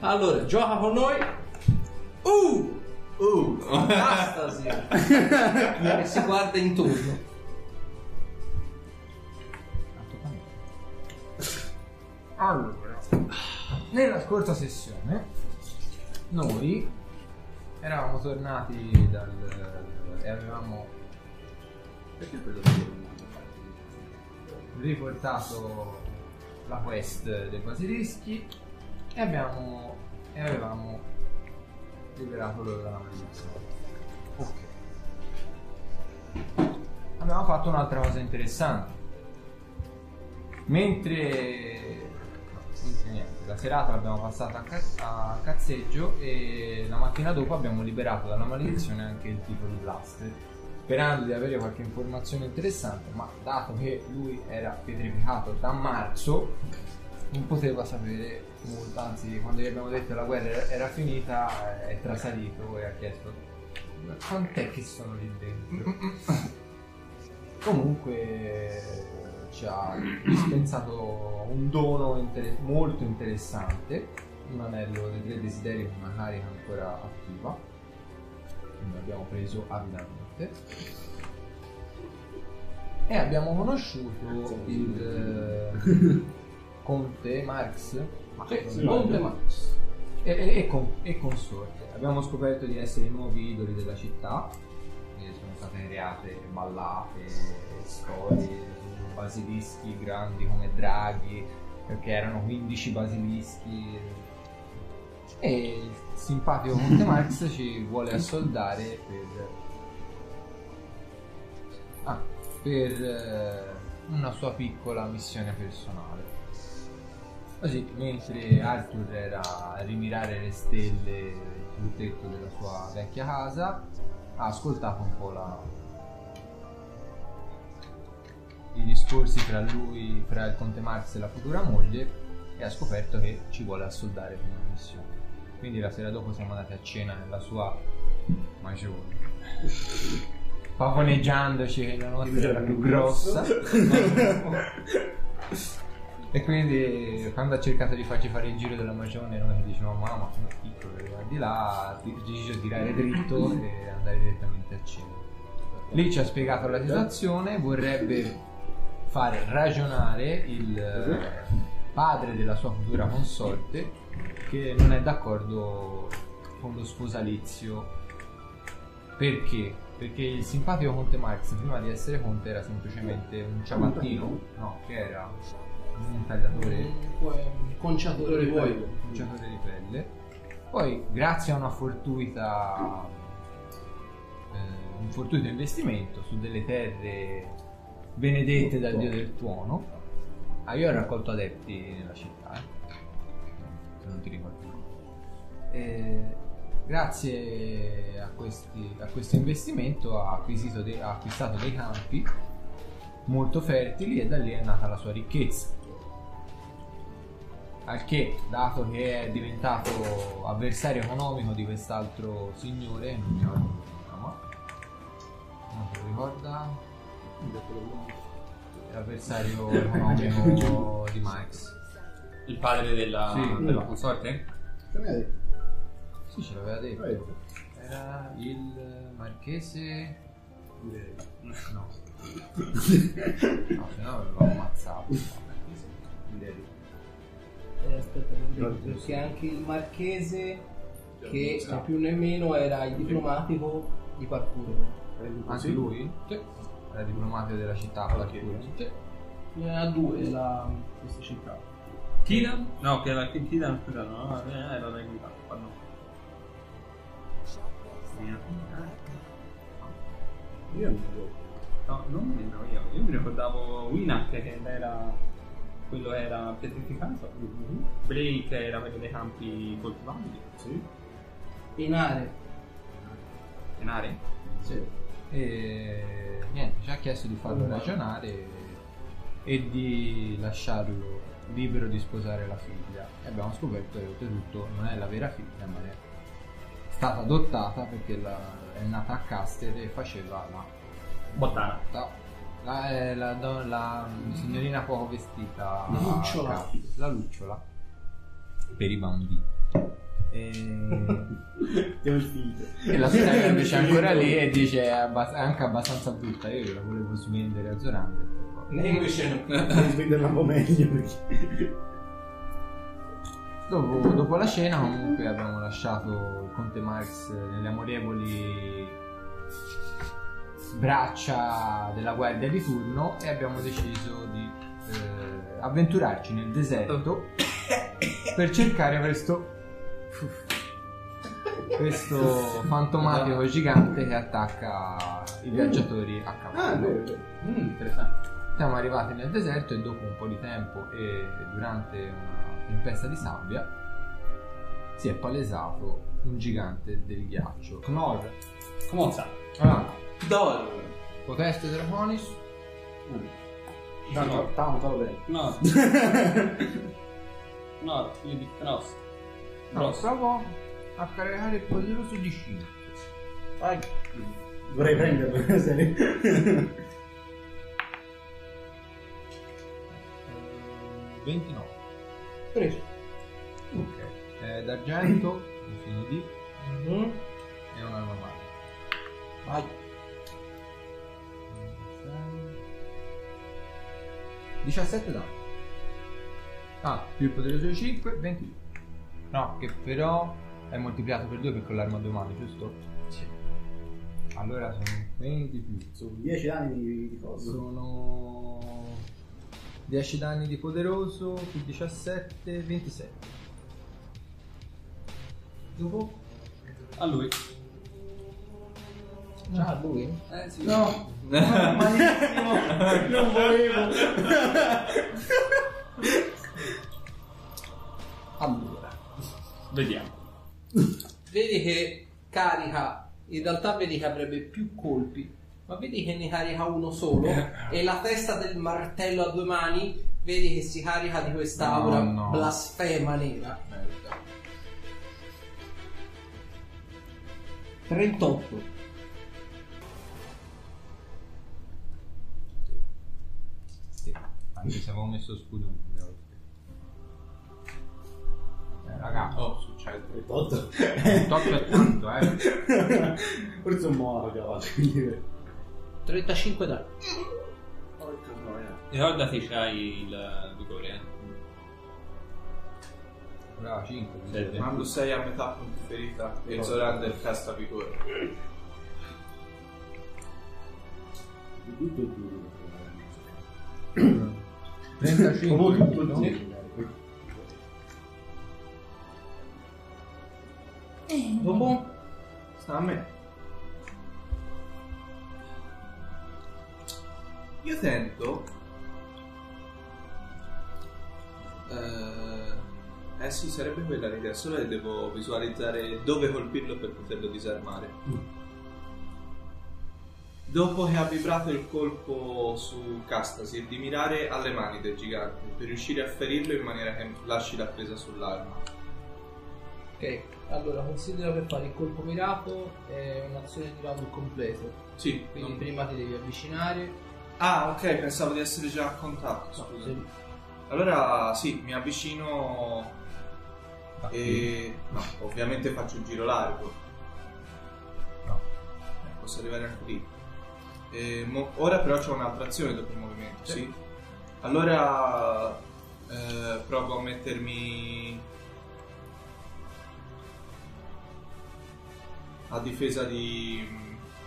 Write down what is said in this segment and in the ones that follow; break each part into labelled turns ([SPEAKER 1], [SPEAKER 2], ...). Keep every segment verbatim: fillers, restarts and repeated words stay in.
[SPEAKER 1] Allora, gioca con noi. Uh! Uh! Anastasi! E si guarda intorno.
[SPEAKER 2] Allora, nella scorsa sessione noi eravamo tornati dal e avevamo riportato la quest dei basilischi e abbiamo e avevamo liberato loro dalla maledizione. Ok. Abbiamo fatto un'altra cosa interessante. Mentre niente, la serata l'abbiamo passata a, ca- a cazzeggio e la mattina dopo abbiamo liberato dalla maledizione anche il tipo di Blaster, sperando di avere qualche informazione interessante, ma dato che lui era pietrificato da marzo non poteva sapere molto, anzi quando gli abbiamo detto che la guerra era, era finita è trasalito e ha chiesto quant'è che sono lì dentro. Comunque ci ha dispensato un dono inter- molto interessante, un anello dei tre desideri con una carica ancora attiva, quindi abbiamo preso avidamente e abbiamo conosciuto il uh, conte Marx,
[SPEAKER 1] Sì, conte Marx
[SPEAKER 2] e, e, e, con, e consorte. Abbiamo scoperto di essere i nuovi idoli della città, e sono state create ballate, storie, basilischi grandi come draghi, perché erano quindici basilischi, e il simpatico conte Marx ci vuole assoldare per, ah, per eh, una sua piccola missione personale. Così, mentre Arthur era a rimirare le stelle sul tetto della sua vecchia casa, ha ascoltato un po' la i discorsi tra lui, tra il conte Marx e la futura moglie, e ha scoperto che ci vuole assoldare per una missione. Quindi la sera dopo siamo andati a cena nella sua magione, pavoneggiandoci che la nostra era più grossa. E quindi quando ha cercato di farci fare il giro della magione noi dicevamo mamma sono piccolo, guardi là, ti dice tirare dritto e andare direttamente a cena. Lì ci ha spiegato la situazione, vorrebbe fare ragionare il padre della sua futura consorte che non è d'accordo con lo sposalizio. Perché? Perché il simpatico conte Marx prima di essere conte era semplicemente un ciabattino, no, che era un tagliatore,
[SPEAKER 1] un conciatore di pelle.
[SPEAKER 2] conciatore di pelle. Poi grazie a una fortuita eh, un fortuito investimento su delle terre benedette dal dio del tuono, ah, io ho raccolto adepti nella città, eh? Se non ti ricordi. E grazie a, questi, a questo investimento ha, acquisito de, ha acquistato dei campi molto fertili e da lì è nata la sua ricchezza. Al che, dato che è diventato avversario economico di quest'altro signore, non mi ricordo come si chiama, non te lo ricorda? L'avversario economico di Marx,
[SPEAKER 3] il padre della,
[SPEAKER 2] sì.
[SPEAKER 3] della consorte?
[SPEAKER 4] Ce l'hai detto?
[SPEAKER 2] Sì, ce l'aveva detto. Era il marchese. No, no, se no l'avevo ammazzato.
[SPEAKER 1] Eh, aspetta, perché anche il marchese, che né più né meno era il diplomatico di Parkour.
[SPEAKER 2] Anche lui?
[SPEAKER 1] Sì.
[SPEAKER 2] Era diplomatico della città Parkour.
[SPEAKER 1] Sì. Ne ha due la, questa città.
[SPEAKER 3] Tidan? No, che era che Tidan, scusa, no, era da guidare, no.
[SPEAKER 4] Io non lo
[SPEAKER 3] No, non me ne io. Io mi ricordavo Winak che era quello era pietrificato, mm-hmm. Blake era quello dei campi coltivabili.
[SPEAKER 4] Sì.
[SPEAKER 1] Inare.
[SPEAKER 3] Inare?
[SPEAKER 2] Sì. E niente, ci ha chiesto di farlo ragionare e di lasciarlo libero di sposare la figlia. E abbiamo scoperto che oltretutto non è la vera figlia, ma è stata adottata perché la, è nata a Caster e faceva la
[SPEAKER 3] bottana.
[SPEAKER 2] La, la, la, la, la signorina poco vestita,
[SPEAKER 1] la lucciola.
[SPEAKER 2] La lucciola per i bambini. E,
[SPEAKER 4] Devo il figlio.
[SPEAKER 2] e la sorella invece è ancora lì e dice è, abbast- è anche abbastanza brutta. Io la volevo svendere a Zorande.
[SPEAKER 1] Ne invece no.
[SPEAKER 4] Devo svenderla un po' meglio perché...
[SPEAKER 2] Dopo, dopo la cena comunque abbiamo lasciato il conte Marx nelle amorevoli braccia della guardia di turno e abbiamo deciso di eh, avventurarci nel deserto per cercare questo questo fantomatico gigante che attacca i viaggiatori a
[SPEAKER 4] Ah,
[SPEAKER 2] cavallo.
[SPEAKER 4] vero, vero.
[SPEAKER 3] Mm, interessante.
[SPEAKER 2] Siamo arrivati nel deserto e dopo un po' di tempo e durante una tempesta di sabbia si è palesato un gigante del ghiaccio. Knorr.
[SPEAKER 3] Come sa?
[SPEAKER 2] Ah,
[SPEAKER 1] Dove?
[SPEAKER 2] poteste draconis.
[SPEAKER 3] No, no.
[SPEAKER 4] Tanto, va bene.
[SPEAKER 3] No. No, io dico Knos.
[SPEAKER 2] No,
[SPEAKER 3] Grosso.
[SPEAKER 2] provo a caricare il poderoso di cinque.
[SPEAKER 1] Vai.
[SPEAKER 4] Dovrei prenderlo in serie.
[SPEAKER 2] ventinove.
[SPEAKER 1] Preso.
[SPEAKER 2] Ok. È d'argento, infine di
[SPEAKER 1] Mhm.
[SPEAKER 2] e un'arma magica.
[SPEAKER 1] Vai.
[SPEAKER 2] diciassette danni. Ah, più il poderoso di cinque, ventidue. No, che però è moltiplicato per due per con l'arma a due mani, giusto? Sì. Allora sono venti più.
[SPEAKER 4] Sono dieci anni di, di cosa.
[SPEAKER 2] Sono dieci danni di poderoso più diciassette, ventisette. Dopo?
[SPEAKER 3] A lui.
[SPEAKER 1] Ah, lui?
[SPEAKER 3] Eh sì.
[SPEAKER 1] No.
[SPEAKER 4] Malissimo. Non volevo.
[SPEAKER 1] Allora.
[SPEAKER 3] Vediamo.
[SPEAKER 1] Vedi che carica, in realtà vedi che avrebbe più colpi, ma vedi che ne carica uno solo e la testa del martello a due mani vedi che si carica di quest'aura
[SPEAKER 2] No, no.
[SPEAKER 1] blasfema nera. trentotto.
[SPEAKER 2] Sì. Anche se avevo messo scudo non mi avevo detto. Eh, raga,
[SPEAKER 5] Oh, succede.
[SPEAKER 4] Otto.
[SPEAKER 2] ventotto è tanto, eh.
[SPEAKER 4] Forse un muoio cavolo. quindi-
[SPEAKER 1] trentacinque danni.
[SPEAKER 4] Porca troia.
[SPEAKER 3] Ricordati c'hai il vigore, eh.
[SPEAKER 2] Brava, cinque.
[SPEAKER 3] Sette.
[SPEAKER 5] Quando sei a metà punti ferita e Zorander casta vigore.
[SPEAKER 4] Di tutto il duro.
[SPEAKER 2] trentacinque.
[SPEAKER 4] Come tutto il
[SPEAKER 2] no?
[SPEAKER 4] duro.
[SPEAKER 1] Dopo?
[SPEAKER 5] Sta a me. Io tento. Eh, eh sì, sarebbe quella l'idea, solo che devo visualizzare dove colpirlo per poterlo disarmare. Dopo che ha vibrato il colpo su Castasi, di mirare alle mani del gigante per riuscire a ferirlo in maniera che lasci la presa sull'arma.
[SPEAKER 1] Ok, allora considera per fare il colpo mirato è un'azione di round completo.
[SPEAKER 5] Sì,
[SPEAKER 1] Quindi
[SPEAKER 5] non-
[SPEAKER 1] prima ti devi avvicinare.
[SPEAKER 5] Ah, ok, pensavo di essere già a contatto.
[SPEAKER 1] No,
[SPEAKER 5] Scusa.
[SPEAKER 1] se-
[SPEAKER 5] Allora sì, mi avvicino e no, ovviamente faccio il giro largo.
[SPEAKER 2] No.
[SPEAKER 5] Eh, posso arrivare anche lì. E mo- ora però c'ho un'altra azione dopo il movimento, sì. Allora eh, provo a mettermi a difesa di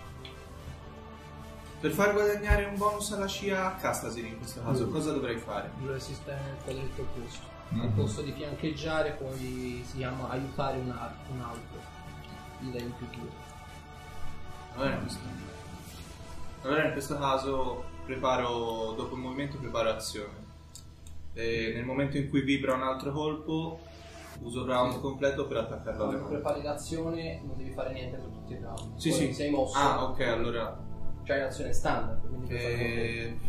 [SPEAKER 5] per far guadagnare un bonus alla scia a Castasir in questo caso,
[SPEAKER 4] Mm.
[SPEAKER 5] cosa dovrei fare?
[SPEAKER 1] lo sistema nel quadretto opposto.
[SPEAKER 2] Mhm.
[SPEAKER 1] Al posto di fiancheggiare poi si chiama aiutare un, ar- un altro. Gli dai in più due.
[SPEAKER 5] Allora in, questo... allora in questo caso preparo, dopo il movimento preparo azione. E nel momento in cui vibra un altro colpo uso il round
[SPEAKER 1] Sì.
[SPEAKER 5] completo per attaccarlo alle
[SPEAKER 1] Quando
[SPEAKER 5] mani.
[SPEAKER 1] prepari l'azione non devi fare niente per tutti i round.
[SPEAKER 5] Sì,
[SPEAKER 1] Poi
[SPEAKER 5] sì.
[SPEAKER 1] sei mosso.
[SPEAKER 5] Ah, ok, allora
[SPEAKER 1] C'hai l'azione standard, quindi puoi fare quello che-
[SPEAKER 5] eh...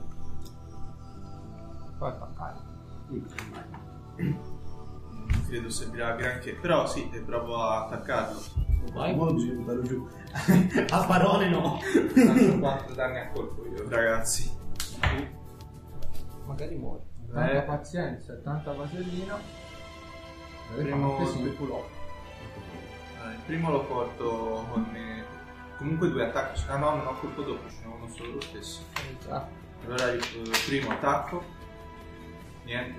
[SPEAKER 2] Poi attaccare.
[SPEAKER 5] non credo servirà granché, però sì, e provo a attaccarlo.
[SPEAKER 1] Vai.
[SPEAKER 4] Ora bisogna buttarlo giù. A parole no.
[SPEAKER 5] Faccio quattro danni a colpo io, ragazzi.
[SPEAKER 1] Magari muori.
[SPEAKER 2] Tanta
[SPEAKER 5] Eh.
[SPEAKER 2] pazienza e tanta vasellina.
[SPEAKER 5] Primo-
[SPEAKER 2] Sì, sì.
[SPEAKER 5] Allora, il primo lo porto con me. Comunque due attacchi. Ah no, non ho colpo doppio, ce n'è uno solo lo stesso. Allora il il primo attacco. Niente.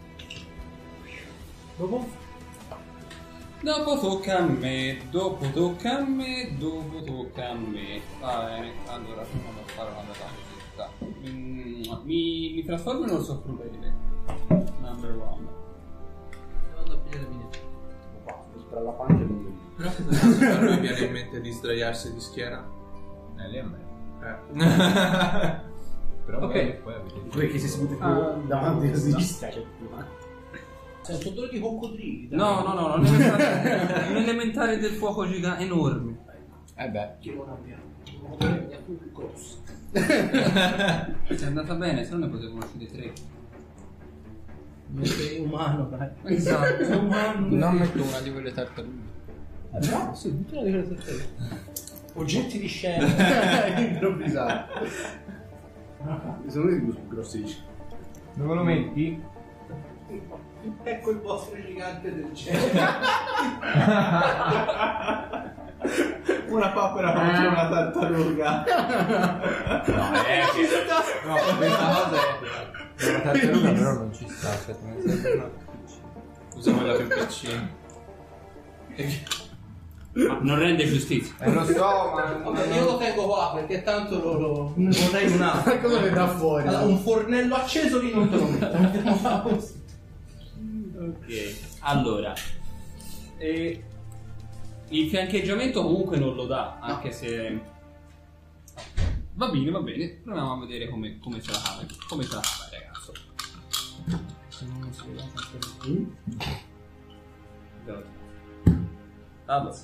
[SPEAKER 1] Dopo?
[SPEAKER 3] Dopo tocca a me, dopo tocca a me, dopo tocca a me. Va bene, allora proviamo a fare una bella cosetta. Mm, mi, mi trasformo in orso crudele. Number one.
[SPEAKER 1] Vado a pigliare mia.
[SPEAKER 4] Per la pancia non
[SPEAKER 5] Però se per caso a lui viene in mente di sdraiarsi di schiera.
[SPEAKER 2] Eh, lì a me.
[SPEAKER 5] Eh.
[SPEAKER 2] Però
[SPEAKER 1] Ok.
[SPEAKER 2] poi, poi avete
[SPEAKER 4] Tu che si sputi più
[SPEAKER 3] Ah,
[SPEAKER 4] davanti a
[SPEAKER 3] no.
[SPEAKER 4] sinistra. Cioè,
[SPEAKER 1] C'è un sudore di coccodrilli. dai.
[SPEAKER 3] No, no, no, un elementare, un elementare del fuoco gigante enorme.
[SPEAKER 2] Eh beh.
[SPEAKER 1] Che non abbiamo. Un motore miniatura grosso.
[SPEAKER 3] È andata bene, se no ne potevo uscire tre.
[SPEAKER 1] Sei umano, dai.
[SPEAKER 3] Esatto.
[SPEAKER 1] Sei umano.
[SPEAKER 2] Non metto una di quelle tartarughe.
[SPEAKER 1] No, sì, tutta una di quelle tartarughe. Oggetti di scena.
[SPEAKER 4] improvvisato. Sono i più grossi di scena.
[SPEAKER 2] Dove lo metti?
[SPEAKER 1] Ecco il vostro gigante del cielo.
[SPEAKER 5] Una papera contro una tartaruga.
[SPEAKER 2] No, è No, questa cosa è la tartaruga però non ci sta, aspetta, mi serve una
[SPEAKER 5] Usa quella più piccina.
[SPEAKER 3] Ma non rende giustizia.
[SPEAKER 2] Eh lo so, ma
[SPEAKER 1] Vabbè, io lo tengo qua perché tanto lo, lo vorrei un altro.
[SPEAKER 4] Come vedrà fuori?
[SPEAKER 1] Allora, un fornello acceso lì non te lo metto. Mettiamo qua così.
[SPEAKER 3] Ok. Allora. E il fiancheggiamento comunque non lo dà, anche se. Va bene, va bene. Proviamo a vedere come, come ce la cava. Come ce la cava, ragazzo. Allora.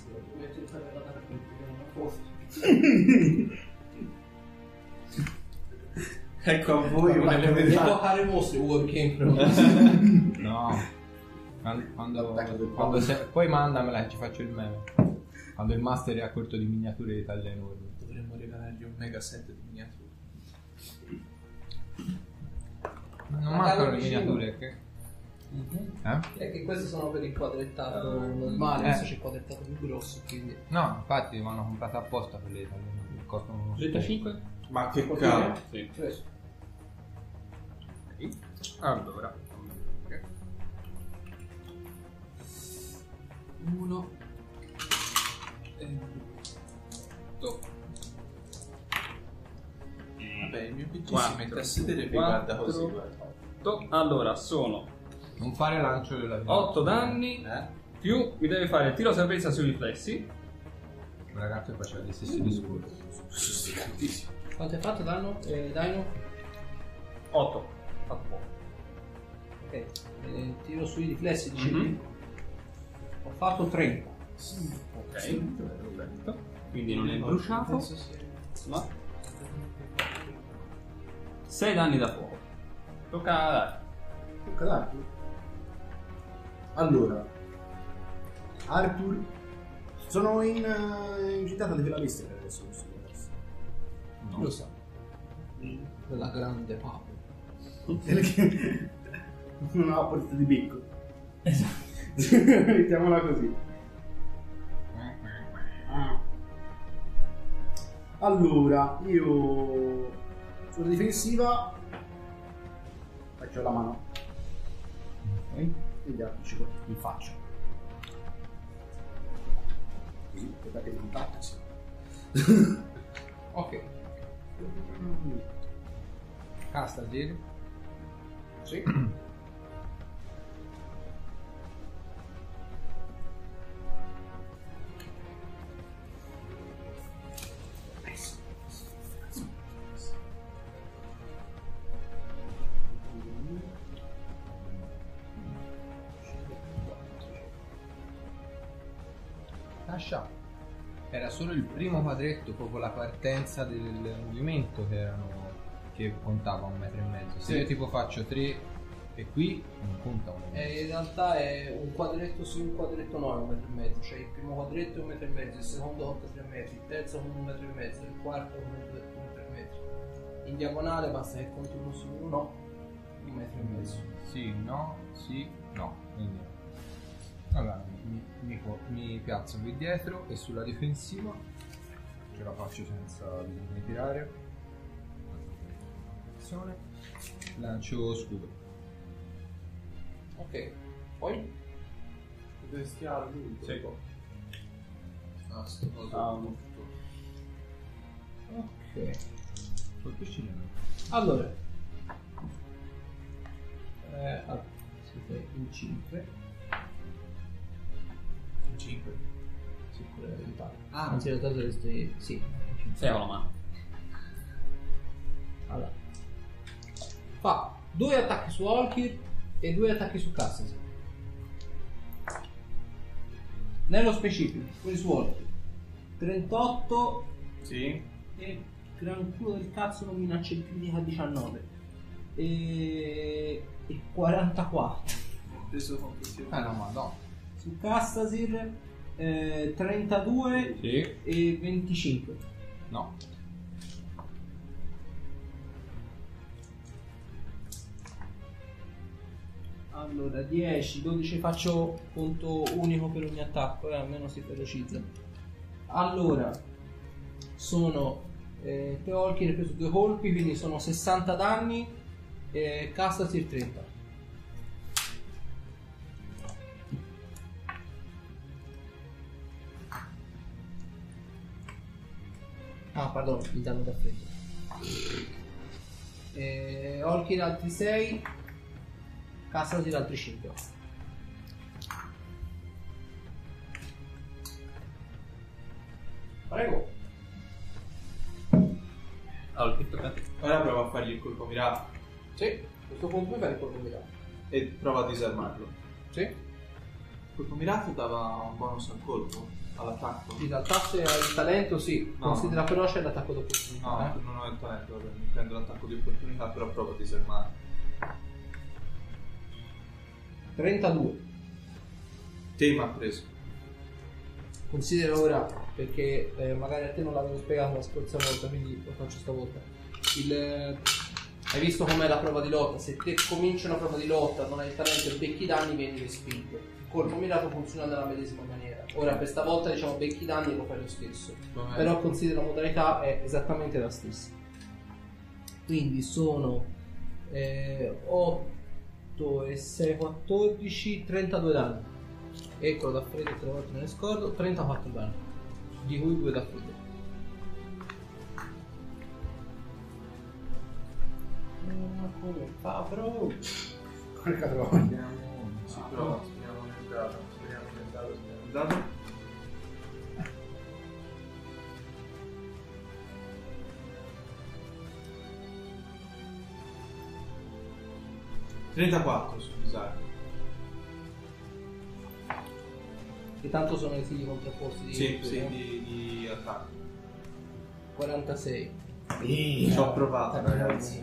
[SPEAKER 5] Ecco a voi un
[SPEAKER 1] Devo
[SPEAKER 5] elemento.
[SPEAKER 1] toccare mostri work in progress.
[SPEAKER 2] no. Quando, quando, quando se- poi mandamela che ci faccio il meme. Quando il master è a corto di miniature di taglia enorme.
[SPEAKER 5] Dovremmo regalargli un mega set di miniature.
[SPEAKER 2] Non
[SPEAKER 1] Ma
[SPEAKER 2] mancano
[SPEAKER 1] cavolo,
[SPEAKER 2] le
[SPEAKER 1] vicino.
[SPEAKER 2] miniature che. Eh?
[SPEAKER 1] È che questi sono per il quadrettato normale,
[SPEAKER 2] Eh.
[SPEAKER 1] questo c'è il quadrettato più grosso, quindi.
[SPEAKER 2] No, infatti mi hanno comprato apposta per le taglie enormi. Costano uno
[SPEAKER 3] trentacinque?
[SPEAKER 5] Ma che cavolo.
[SPEAKER 3] Sì.
[SPEAKER 1] Questo.
[SPEAKER 3] Ok. Allora. Uno. E due.
[SPEAKER 5] Vabbè, il mio P C si
[SPEAKER 3] Quattro.
[SPEAKER 5] mette a sedere e vi guarda così. guarda.
[SPEAKER 3] To- Allora, sono
[SPEAKER 2] Non fare lancio della vita.
[SPEAKER 3] otto danni,
[SPEAKER 5] Eh?
[SPEAKER 3] più mi deve fare il tiro salvezza sui riflessi.
[SPEAKER 2] Il ragazzo faceva gli stessi discorsi.
[SPEAKER 5] Sono sticatissimo.
[SPEAKER 1] Quanto hai fatto danno? Eh, Dino?
[SPEAKER 3] otto. Fatto poco.
[SPEAKER 1] Ok. Eh, tiro sui riflessi, dicevi?
[SPEAKER 3] Mhm.
[SPEAKER 1] Ho fatto tre.
[SPEAKER 3] Ok. Perfetto. Quindi non è bruciato.
[SPEAKER 5] Penso sia.
[SPEAKER 3] Ma sei danni da fuoco. Tocca a dare.
[SPEAKER 4] Tocca ad Arthur. Allora, Arthur, sono in, uh, in città della Vista per adesso. Non so adesso.
[SPEAKER 2] No.
[SPEAKER 1] Lo sa. Quella grande papa.
[SPEAKER 4] Perché non ha portato di becco. Esatto. Mettiamola così. Allora, io sulla difensiva faccio la mano
[SPEAKER 2] Ok.
[SPEAKER 4] e gli appiccico in faccia. Così, guardate non tatto, sì.
[SPEAKER 1] Ok.
[SPEAKER 2] Casta giri.
[SPEAKER 1] Sì.
[SPEAKER 2] Tasha. Era solo il primo quadretto, proprio la partenza del movimento che erano che contava un metro e mezzo. Se
[SPEAKER 1] Sì.
[SPEAKER 2] io tipo faccio tre e qui non conta un metro.
[SPEAKER 1] Eh, in realtà è un quadretto sì, un quadretto no, è un metro e mezzo. Cioè il primo quadretto è un metro e mezzo, il secondo otto tre metri, il terzo un metro e mezzo, il quarto un metro un metro e mezzo. In diagonale basta che conti uno sì, uno no, un metro e mezzo.
[SPEAKER 2] Sì, no, sì, no. Quindi allora mi, mi attacco mi piazzo qui dietro e sulla difensiva ce la faccio senza bisogno di tirare. Azione. Lancio scudo.
[SPEAKER 1] Ok, poi?
[SPEAKER 5] Bestiale lui.
[SPEAKER 3] Sì.
[SPEAKER 5] Ah, sto coso.
[SPEAKER 3] Ah, uno.
[SPEAKER 1] Ok.
[SPEAKER 2] Colpisci le mani.
[SPEAKER 1] Allora. Eh, ah, siete in cinque.
[SPEAKER 5] cinque.
[SPEAKER 1] Sì, quello è l'Italia.
[SPEAKER 5] Ah.
[SPEAKER 1] Anzi, in realtà dovreste... Sì.
[SPEAKER 3] Sei con la mano.
[SPEAKER 1] Allora. Fa due attacchi su Olkir e due attacchi su Cassis. Nello specifico, quelli su Olkir. trentotto
[SPEAKER 5] Sì.
[SPEAKER 1] e gran culo del cazzo non minaccia il critica diciannove. E... e quarantaquattro.
[SPEAKER 5] Ho preso complessivo.
[SPEAKER 2] Ah no, ma no.
[SPEAKER 1] Su Castasir eh, trentadue
[SPEAKER 3] Sì.
[SPEAKER 1] e venticinque.
[SPEAKER 2] No.
[SPEAKER 1] Allora dieci, dodici faccio punto unico per ogni attacco e eh, almeno si velocizza. Allora sono eh, te Olkir hai preso due colpi, quindi sono sessanta danni e Castasir trenta. Ah, pardon, il danno da freddo. E Olkir altri sei, Castasir altri cinque. Prego.
[SPEAKER 3] Allora, che tocca a te.
[SPEAKER 5] Ora prova a fargli il colpo mirato
[SPEAKER 1] Sì, a questo punto mi fai il colpo mirato.
[SPEAKER 5] e prova a disarmarlo.
[SPEAKER 1] Sì.
[SPEAKER 5] Il colpo mirato dava un bonus al colpo, all'attacco.
[SPEAKER 1] Sì, dal tasso e al talento sì,
[SPEAKER 5] No.
[SPEAKER 1] considera però c'è l'attacco d'opportunità.
[SPEAKER 5] No,
[SPEAKER 1] eh.
[SPEAKER 5] non ho il talento, vabbè, mi prendo l'attacco di opportunità, però provo a disarmare.
[SPEAKER 1] trentadue.
[SPEAKER 5] Te mi ha preso.
[SPEAKER 1] Considera ora, perché eh, magari a te non l'avevo spiegato la scorsa volta, quindi lo faccio stavolta. Il, eh, hai visto com'è la prova di lotta? Se te cominci una prova di lotta, non hai il talento e becchi i danni, vieni respinto. Il colpo mirato funziona nella medesima maniera. Ora, per stavolta, diciamo, becchi i danni e lo fai lo stesso.
[SPEAKER 5] Vabbè.
[SPEAKER 1] Però considera la modalità è esattamente la stessa. Quindi sono eh, otto e sei, quattordici, trentadue danni. E quello da freddo tre volte me ne scordo, trentaquattro danni, di cui due da freddo. Ma come fa, bro?
[SPEAKER 4] Porca troia.
[SPEAKER 5] Si prova, speriamo nel dato, speriamo nel dato, speriamo nel dato. trentaquattro sul disarmo.
[SPEAKER 1] Che tanto sono i figli contrapposti di
[SPEAKER 5] Sì,
[SPEAKER 1] due,
[SPEAKER 5] sì,
[SPEAKER 1] eh?
[SPEAKER 5] di, di attacco.
[SPEAKER 1] quarantasei.
[SPEAKER 5] Ci ho provato, ragazzi.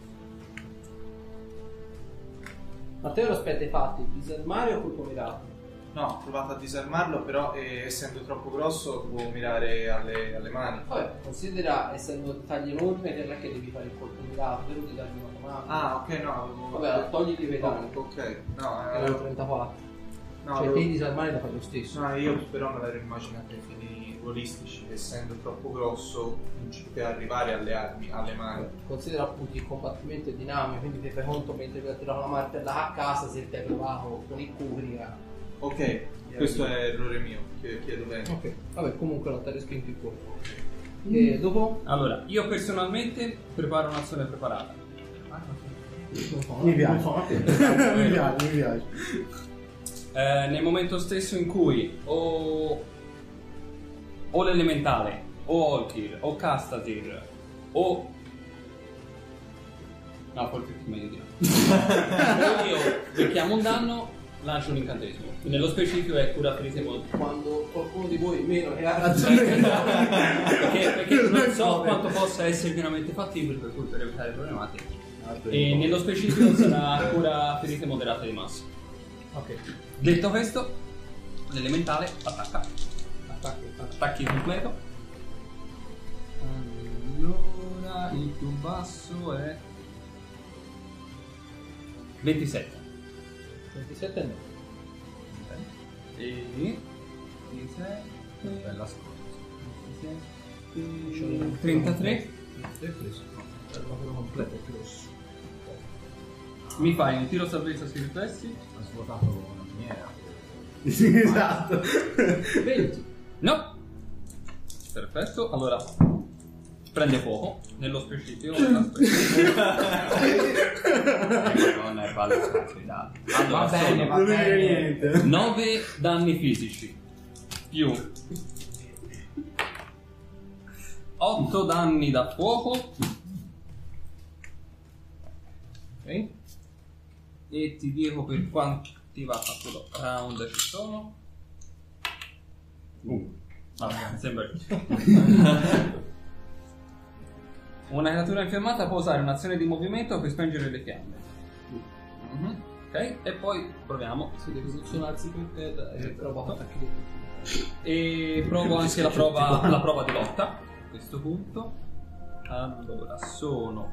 [SPEAKER 1] Ma te ora aspetta i fatti, disarmare o colpo mirato?
[SPEAKER 5] No, ho provato a disarmarlo, però eh, essendo troppo grosso può mirare alle, alle mani.
[SPEAKER 1] Vabbè, considera, essendo tagli enorme, che non è che devi fare il colpo mirato, però di dargli una mano.
[SPEAKER 5] Ah, ok, no, avevo...
[SPEAKER 1] Vabbè, togli i danni.
[SPEAKER 5] Oh, ok, no,
[SPEAKER 1] Erano
[SPEAKER 5] eh,
[SPEAKER 1] trentaquattro.
[SPEAKER 5] no,
[SPEAKER 1] Cioè
[SPEAKER 5] avevo-
[SPEAKER 1] te disarmare da fare lo stesso.
[SPEAKER 5] no, io però me l'ero immaginato ai fini ruolistici, essendo troppo grosso non ci poteva arrivare alle armi, alle mani.
[SPEAKER 1] Considera appunto il combattimento è dinamico, quindi ti fai conto mentre ti tiravo la martella a casa se ti hai provato con il curia.
[SPEAKER 5] Ok, questo è errore mio, che chiedo bene.
[SPEAKER 1] Ok, vabbè, comunque non ti ha respinto il colpo. E dopo?
[SPEAKER 3] Allora, io personalmente preparo un'azione preparata.
[SPEAKER 4] Mi piace. Mi piace, mi piace.
[SPEAKER 3] Eh, nel momento stesso in cui o, o l'elementale, o Olkir, o Castasir, o... No, forse è meglio di no. Io becchiamo un danno, lancio un incantesimo. Nello specifico è cura ferite molto.
[SPEAKER 1] Quando qualcuno di voi meno che ha ragione.
[SPEAKER 3] Perché, perché non so quanto possa essere pienamente fattibile, per cui per evitare problematiche. E nello specifico sarà cura ferite moderate di massa.
[SPEAKER 1] Ok,
[SPEAKER 3] Detto questo, l'elementale attacca.
[SPEAKER 1] attacchi, attacchi.
[SPEAKER 3] Attacchi completo.
[SPEAKER 2] Allora, il più basso è
[SPEAKER 3] ventisette.
[SPEAKER 1] ventisette no.
[SPEAKER 3] E ventisette,
[SPEAKER 2] Bella scorsa.
[SPEAKER 3] ventisette, trentatré.
[SPEAKER 1] completo è grosso.
[SPEAKER 3] Mi fai un tiro salvezza sui riflessi?
[SPEAKER 2] Ha svuotato una miniera.
[SPEAKER 4] Sì, esatto.
[SPEAKER 1] venti.
[SPEAKER 3] No. Perfetto, allora prende fuoco, nello specifico.
[SPEAKER 2] Non è valida sfidata.
[SPEAKER 3] Allora,
[SPEAKER 2] Va bene, va
[SPEAKER 4] Non mi
[SPEAKER 2] bene.
[SPEAKER 4] niente.
[SPEAKER 3] nove danni fisici più otto danni da fuoco. Ok. E ti dico per quanti va fatto round ci sono.
[SPEAKER 4] Uh.
[SPEAKER 3] Vabbè, sembra che- Una creatura infiammata può usare un'azione di movimento per spengere le fiamme. Mhm. Ok, e poi proviamo.
[SPEAKER 1] Si deve posizionarsi per terra e prova a attaccare.
[SPEAKER 3] E provo anche la prova, la prova di lotta a questo punto. Allora, sono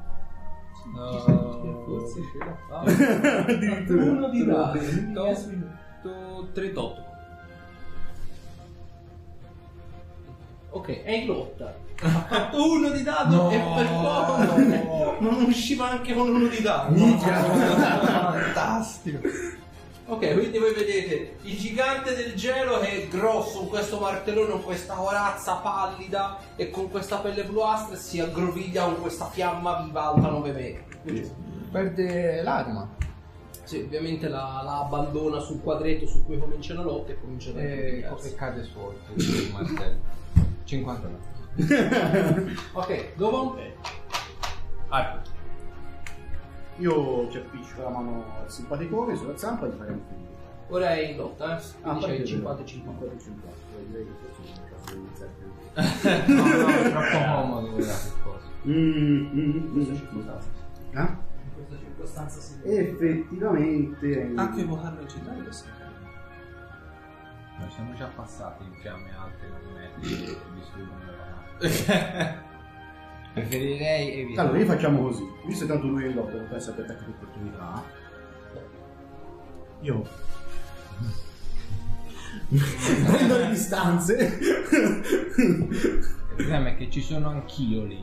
[SPEAKER 1] Forse ce la fa.
[SPEAKER 4] Addirittura.
[SPEAKER 1] Uno di dadi.
[SPEAKER 3] trentotto, trentotto.
[SPEAKER 1] Ok, è in lotta. Ha fatto uno di dado e per poco non, non usciva anche con uno di dado.
[SPEAKER 2] Fantastico.
[SPEAKER 1] Ok, quindi voi vedete il gigante del gelo che è grosso con questo martellone, con questa corazza pallida e con questa pelle bluastra e si aggroviglia con questa fiamma viva alta nove metri. Quindi,
[SPEAKER 2] Perde l'arma.
[SPEAKER 1] sì, ovviamente la, la abbandona sul quadretto su cui comincia la lotta e comincia da
[SPEAKER 2] E, e cade su il martello. cinquanta no.
[SPEAKER 1] Ok, dopo?
[SPEAKER 3] Arco.
[SPEAKER 4] Io ci appiccio la mano al simpaticone sulla zampa e gli faremo finire.
[SPEAKER 1] Ora è in lotta, eh?
[SPEAKER 4] Ah,
[SPEAKER 1] Quindi c'è il
[SPEAKER 4] partito.
[SPEAKER 1] cinquanta e cinquanta.
[SPEAKER 4] Direi che forse non cazzo di iniziare.
[SPEAKER 2] No, no, è troppo comodo questa cosa.
[SPEAKER 4] Mm, mm,
[SPEAKER 1] In questa
[SPEAKER 4] mm.
[SPEAKER 1] circostanza.
[SPEAKER 4] Eh?
[SPEAKER 1] In questa circostanza si vede.
[SPEAKER 4] Effettivamente.
[SPEAKER 5] Anche evocarlo in città lo sai.
[SPEAKER 2] Noi siamo già passati in fiamme alte nove metri e distruggono la nave. Preferirei evitare.
[SPEAKER 4] Allora, rifacciamo così. Visto che tanto lui è in lotta, non pensa che attacchi di opportunità. Io prendo le distanze.
[SPEAKER 2] Il problema è che ci sono anch'io lì.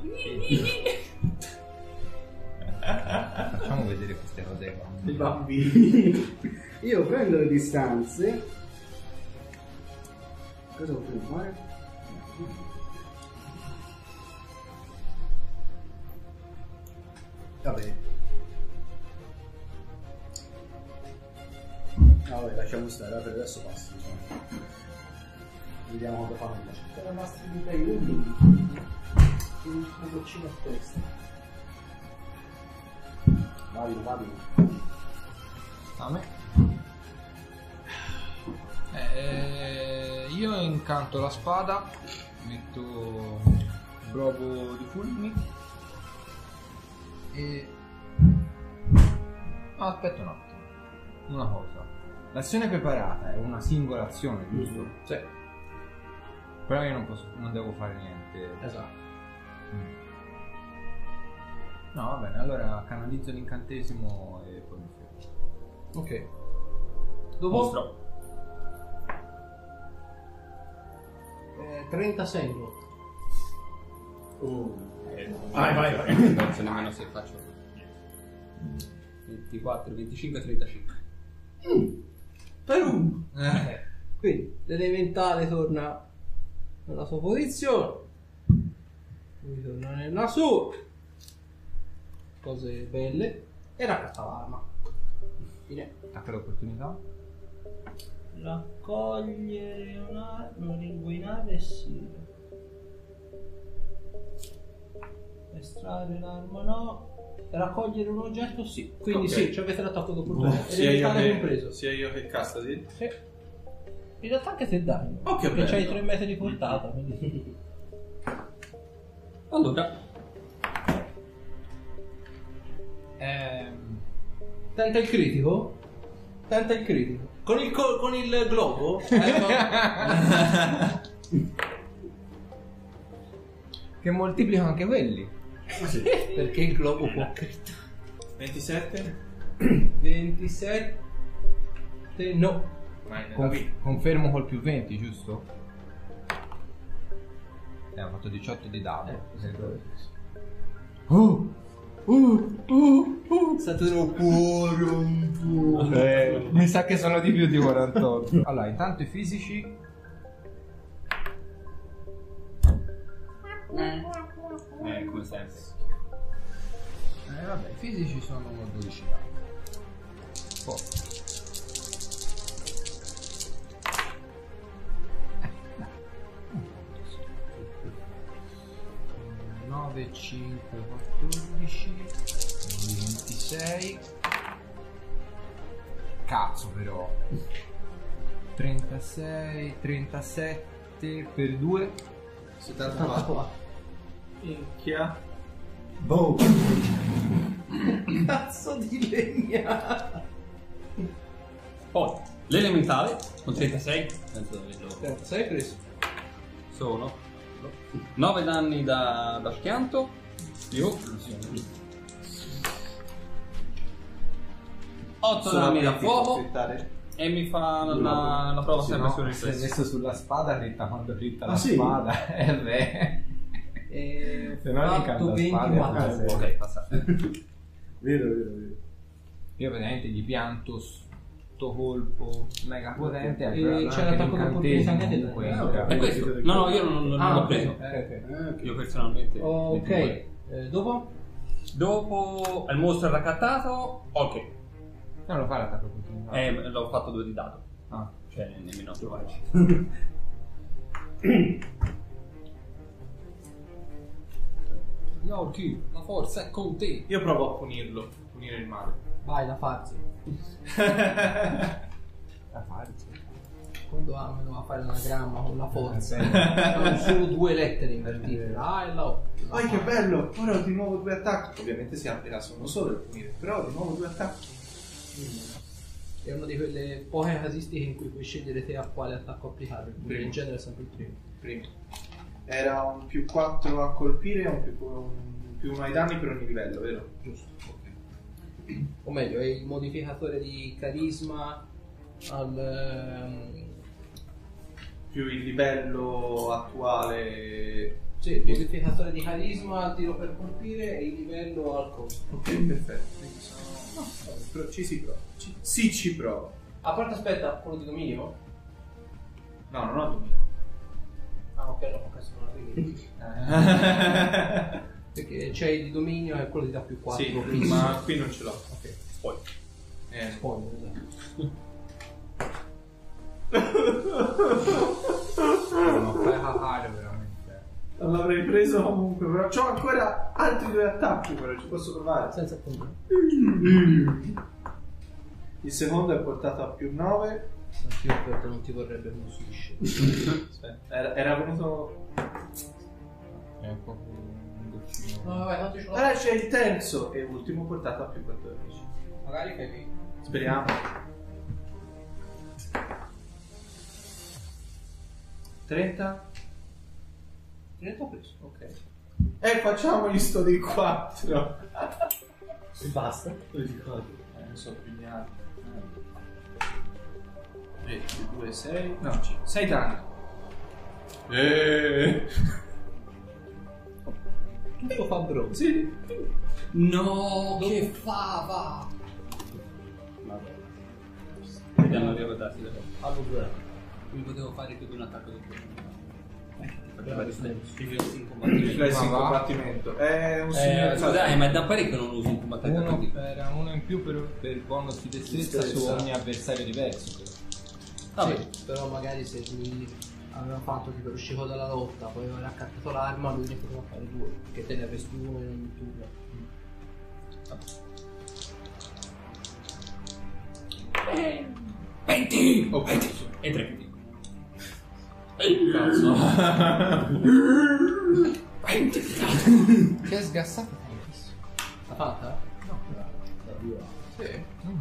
[SPEAKER 2] Facciamo vedere queste cose qua.
[SPEAKER 4] I bambini. Io prendo le distanze. Cosa potremmo fare? Vabbè. No, vabbè, lasciamo stare, per adesso basta. Vediamo cosa fanno.
[SPEAKER 1] C'era mastri di play uno. Un boccino a testa.
[SPEAKER 4] Valido, valido.
[SPEAKER 2] A me? Eh, io incanto la spada, metto brovo di fulmini e... Ah, aspetta un attimo, una cosa. L'azione preparata è una singola azione, giusto?
[SPEAKER 1] Sì.
[SPEAKER 2] Però io non posso, non devo fare niente.
[SPEAKER 1] Esatto.
[SPEAKER 2] Mm. No, va bene, allora canalizzo l'incantesimo e poi mi fermo.
[SPEAKER 1] Ok. Dopo?
[SPEAKER 3] Mostro.
[SPEAKER 1] Eh, trentasei in lotta.
[SPEAKER 4] Vai, vai, vai.
[SPEAKER 3] Non so nemmeno se faccio ventiquattro, venticinque, trentacinque.
[SPEAKER 1] Per uno. Eh. Quindi l'elementale torna nella sua posizione. Lui torna nella sua. Cose belle. E raccatta l'arma. Fine.
[SPEAKER 2] Attacca l'opportunità.
[SPEAKER 1] Raccogliere un'arma, ringuinare sì. Estrarre l'arma no. Raccogliere un oggetto sì. Quindi
[SPEAKER 5] Ok.
[SPEAKER 1] sì, ci avete l'attacco d'opportunità.
[SPEAKER 5] Sia io,
[SPEAKER 1] Elementale
[SPEAKER 5] che,
[SPEAKER 1] compreso.
[SPEAKER 5] sia io che Castasi.
[SPEAKER 1] Sì. In realtà anche se dai.
[SPEAKER 5] Oh, che
[SPEAKER 1] perché
[SPEAKER 5] bello.
[SPEAKER 1] c'hai tre metri di portata. Quindi...
[SPEAKER 3] Allora,
[SPEAKER 2] Ehm...
[SPEAKER 1] Tenta il critico? Tenta il critico. Con il, co- con il globo? Eh, no.
[SPEAKER 2] Che moltiplicano anche quelli.
[SPEAKER 1] Perché il globo può criticare.
[SPEAKER 5] ventisette?
[SPEAKER 1] ventisette. No.
[SPEAKER 5] Ma è nella
[SPEAKER 2] Conf-
[SPEAKER 5] vita.
[SPEAKER 2] confermo col più venti, giusto? Eh, ho fatto diciotto di dado. Oh! Oh! Oh! Oh!
[SPEAKER 1] Saturno cuore.
[SPEAKER 2] Eh, mi sa che sono di più di quarantotto. Allora, intanto i fisici.
[SPEAKER 3] Eh, come sempre.
[SPEAKER 2] Eh, vabbè, i fisici sono dodici dadi. Poi. nove, cinque, quattordici, ventisei. Cazzo però. trentasei, trentasette per due.
[SPEAKER 5] settantaquattro. Minchia.
[SPEAKER 4] Boh.
[SPEAKER 1] Cazzo di legna.
[SPEAKER 3] Poi, l'elementale con trentasei. Penso di averlo.
[SPEAKER 1] trentasei preso.
[SPEAKER 3] Sono nove danni da, da schianto più otto danni da fuoco e mi fa la, la prova
[SPEAKER 2] Sì,
[SPEAKER 3] sempre
[SPEAKER 2] no,
[SPEAKER 3] sul
[SPEAKER 2] si è
[SPEAKER 3] riflesso.
[SPEAKER 2] messo sulla spada, ritta quando ritta
[SPEAKER 4] Ah,
[SPEAKER 2] la
[SPEAKER 4] sì?
[SPEAKER 2] spada. Eh beh.
[SPEAKER 1] E
[SPEAKER 2] Se no gli
[SPEAKER 1] fatto
[SPEAKER 2] canta
[SPEAKER 1] ventiquattro.
[SPEAKER 2] spade,
[SPEAKER 3] Ok, passa.
[SPEAKER 4] Vero, vero, vero.
[SPEAKER 2] Io praticamente gli pianto sto colpo mega potente.
[SPEAKER 1] E
[SPEAKER 2] però
[SPEAKER 1] c'è
[SPEAKER 2] anche
[SPEAKER 1] l'attacco d'opportunità anche te,
[SPEAKER 2] comunque,
[SPEAKER 1] eh?
[SPEAKER 2] entra.
[SPEAKER 3] È questo? No, no, io non, non
[SPEAKER 1] Ah,
[SPEAKER 3] l'ho
[SPEAKER 1] ok.
[SPEAKER 3] preso.
[SPEAKER 1] Eh, ok.
[SPEAKER 3] Io personalmente.
[SPEAKER 1] Ok,
[SPEAKER 3] ventidue.
[SPEAKER 1] eh, dopo?
[SPEAKER 3] Dopo il mostro è raccattato. Ok.
[SPEAKER 2] Non lo fa l'attacco continuo.
[SPEAKER 3] Eh, l'ho fatto due di dado.
[SPEAKER 2] Ah.
[SPEAKER 3] Cioè, nemmeno a provarci.
[SPEAKER 1] Yorkie, la forza è con te.
[SPEAKER 5] Io provo a punirlo, punire il male.
[SPEAKER 1] Vai, la farsi.
[SPEAKER 2] Da farsi.
[SPEAKER 1] Quando amo devo fare un'anagramma con la forza.
[SPEAKER 2] Eh,
[SPEAKER 1] Sono solo due lettere invertite. La e la O.
[SPEAKER 5] Poi che bello, ora ho di nuovo due attacchi. Ovviamente si applica solo solo il punire, però ho di nuovo due attacchi.
[SPEAKER 1] È una di quelle poche casistiche in cui puoi scegliere te a quale attacco applicare. Perché
[SPEAKER 5] Primo.
[SPEAKER 1] in genere è sempre il primo.
[SPEAKER 5] Primo. Era un più quattro a colpire e un più, un più uno ai danni per ogni livello, vero?
[SPEAKER 1] Giusto. Ok. O meglio, è il modificatore di carisma al. ehm,
[SPEAKER 5] Più il livello attuale.
[SPEAKER 1] Sì, il modificatore di carisma al tiro per colpire e il livello al costo.
[SPEAKER 5] Ok, perfetto. Quindi sono... no, però ci si prova. Ci... Sì, ci provo.
[SPEAKER 1] A parte aspetta, quello di dominio?
[SPEAKER 5] No, non ho dominio.
[SPEAKER 1] Ah ok, no, questo non arrivi. Perché c'è il di dominio e quello ti dà più quattro.
[SPEAKER 5] Sì,
[SPEAKER 1] fisso.
[SPEAKER 5] ma qui non ce l'ho.
[SPEAKER 1] Ok.
[SPEAKER 3] Poi.
[SPEAKER 5] Eh,
[SPEAKER 1] Spoiler, esatto.
[SPEAKER 2] Non fai cacare veramente.
[SPEAKER 5] non l'avrei preso comunque, però c'ho ancora altri due attacchi, però ci posso provare.
[SPEAKER 1] Senza appunto.
[SPEAKER 5] Il secondo è portato a più nove.
[SPEAKER 1] Anch'io perché non ti vorrebbe uno swish.
[SPEAKER 5] Aspetta, era, era venuto.
[SPEAKER 2] È un po' un goccino.
[SPEAKER 1] No, vabbè, tanto ce l'ho.
[SPEAKER 5] Ora c'è il terzo e ultimo portato a più quattordici.
[SPEAKER 1] Magari fai lì.
[SPEAKER 5] Speriamo. trenta?
[SPEAKER 1] trenta ho preso.
[SPEAKER 5] Ok. E facciamogli sto di quattro.
[SPEAKER 1] E basta.
[SPEAKER 5] Eh, non so più neanche. tre, due, sei. No, sei danni. Eh.
[SPEAKER 1] Tutto fa bro.
[SPEAKER 5] Sì.
[SPEAKER 3] No,
[SPEAKER 1] Che fava!
[SPEAKER 3] Vediamo di ricordarsi da cosa.
[SPEAKER 1] Allora,
[SPEAKER 3] Mi potevo fare più di un attacco del primo.
[SPEAKER 1] Faceva riflesso.
[SPEAKER 3] Riflessi in combattimento.
[SPEAKER 5] Riflessi in
[SPEAKER 2] Ma va.
[SPEAKER 5] combattimento. È un
[SPEAKER 3] Eh,
[SPEAKER 5] signore.
[SPEAKER 3] scusa, eh, ma è da parecchio non uso un combattimento.
[SPEAKER 2] Uno, era uno in più per, per bonus di destrezza su
[SPEAKER 5] Destrezza.
[SPEAKER 2] ogni avversario diverso. Però.
[SPEAKER 3] Vabbè.
[SPEAKER 1] Sì, però magari se lui aveva fatto tipo uscito dalla lotta, poi aveva raccattato l'arma, lui ne poteva fare due, che te ne avresti uno in ogni turno.
[SPEAKER 3] venti!
[SPEAKER 5] Ok.
[SPEAKER 3] E tre più piccoli.
[SPEAKER 1] Che è sgassato tantissimo. L'ha fatta? No, da due. Sì.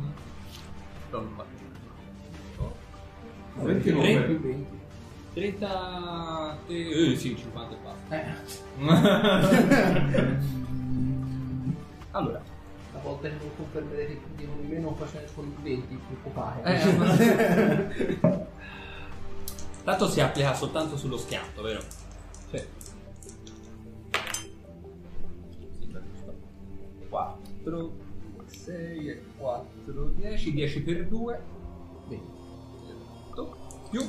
[SPEAKER 5] ventinove.
[SPEAKER 1] tre più venti.
[SPEAKER 3] trenta... Eh, sì, cinquanta e basta.
[SPEAKER 1] Eh.
[SPEAKER 3] Allora,
[SPEAKER 1] volte che non può permettere che ti dicono di me non facendo con i venti più popare.
[SPEAKER 3] Eh, ma... Tanto si applica soltanto sullo schianto, vero?
[SPEAKER 1] Sì.
[SPEAKER 3] quattro, sei e quattro, dieci, dieci per due,
[SPEAKER 1] venti.
[SPEAKER 3] più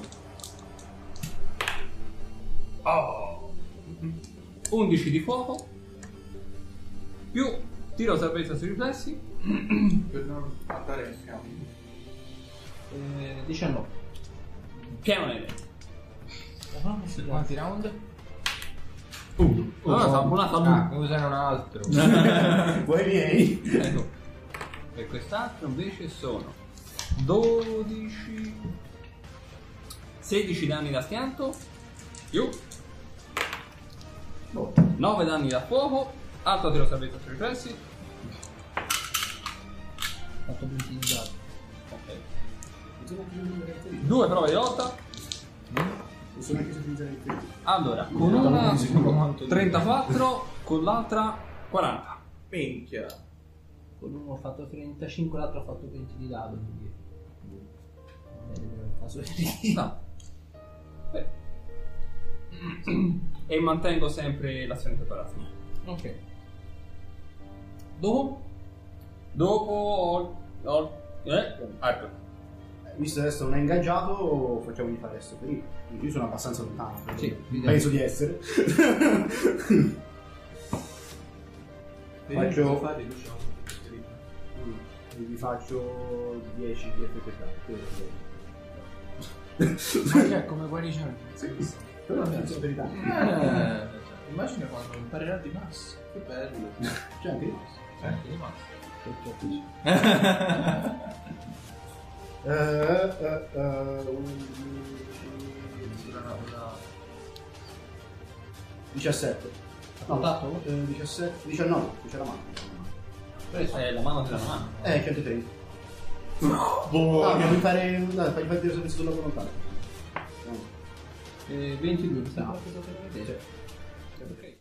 [SPEAKER 3] oh. undici di fuoco, più tiro salvezza sui riflessi,
[SPEAKER 5] Per non andare in fiamme.
[SPEAKER 1] Eh, diciannove.
[SPEAKER 3] piano neve.
[SPEAKER 2] Quanti round?
[SPEAKER 3] Uno. Allora sta buonato
[SPEAKER 2] Ah,
[SPEAKER 3] lui.
[SPEAKER 2] usano un altro.
[SPEAKER 4] Vuoi miei?
[SPEAKER 3] Ecco. E quest'altro invece sono dodici, sedici danni da schianto, più nove danni da fuoco, altro tiro salvezza sui riflessi.
[SPEAKER 1] Ho fatto venti di dado.
[SPEAKER 3] Ok. Due prove di lotta.
[SPEAKER 4] Non so neanche se utilizzare il ferito.
[SPEAKER 3] Allora, con una trentaquattro, con l'altra quaranta.
[SPEAKER 5] Minchia.
[SPEAKER 1] Con uno ho fatto trentacinque, l'altro ha fatto venti di dado. Quindi... non è nemmeno il caso di...
[SPEAKER 3] No. Beh. Sì. E mantengo sempre l'azione preparazione.
[SPEAKER 1] Ok. Dopo?
[SPEAKER 3] Dopo ho... ho eh? Arco.
[SPEAKER 4] Visto che adesso non è ingaggiato, facciamogli fare resto ferito. Io sono abbastanza lontano.
[SPEAKER 1] Sì,
[SPEAKER 4] penso di essere. Faccio.
[SPEAKER 5] Fare, diciamo,
[SPEAKER 4] Mm, vi faccio dieci di F P K.
[SPEAKER 2] Ma che è come guarigione?
[SPEAKER 4] Però non è verità.
[SPEAKER 5] Eh, immagina quando imparerà di massa. Che bello.
[SPEAKER 4] C'è anche io.
[SPEAKER 5] Anche di massa.
[SPEAKER 4] Eh, eh, eh, undici, diciassette. No,
[SPEAKER 1] Dato?
[SPEAKER 4] eh, diciassette, diciannove, c'è la mano.
[SPEAKER 1] Preso.
[SPEAKER 3] Eh, la mano della mano.
[SPEAKER 4] Eh, centotrenta. Boh, no, devi fare. Dai, fai fare il sulla volontà.
[SPEAKER 1] Eh, ventidue, mi sa.
[SPEAKER 4] Sì.
[SPEAKER 1] Ok.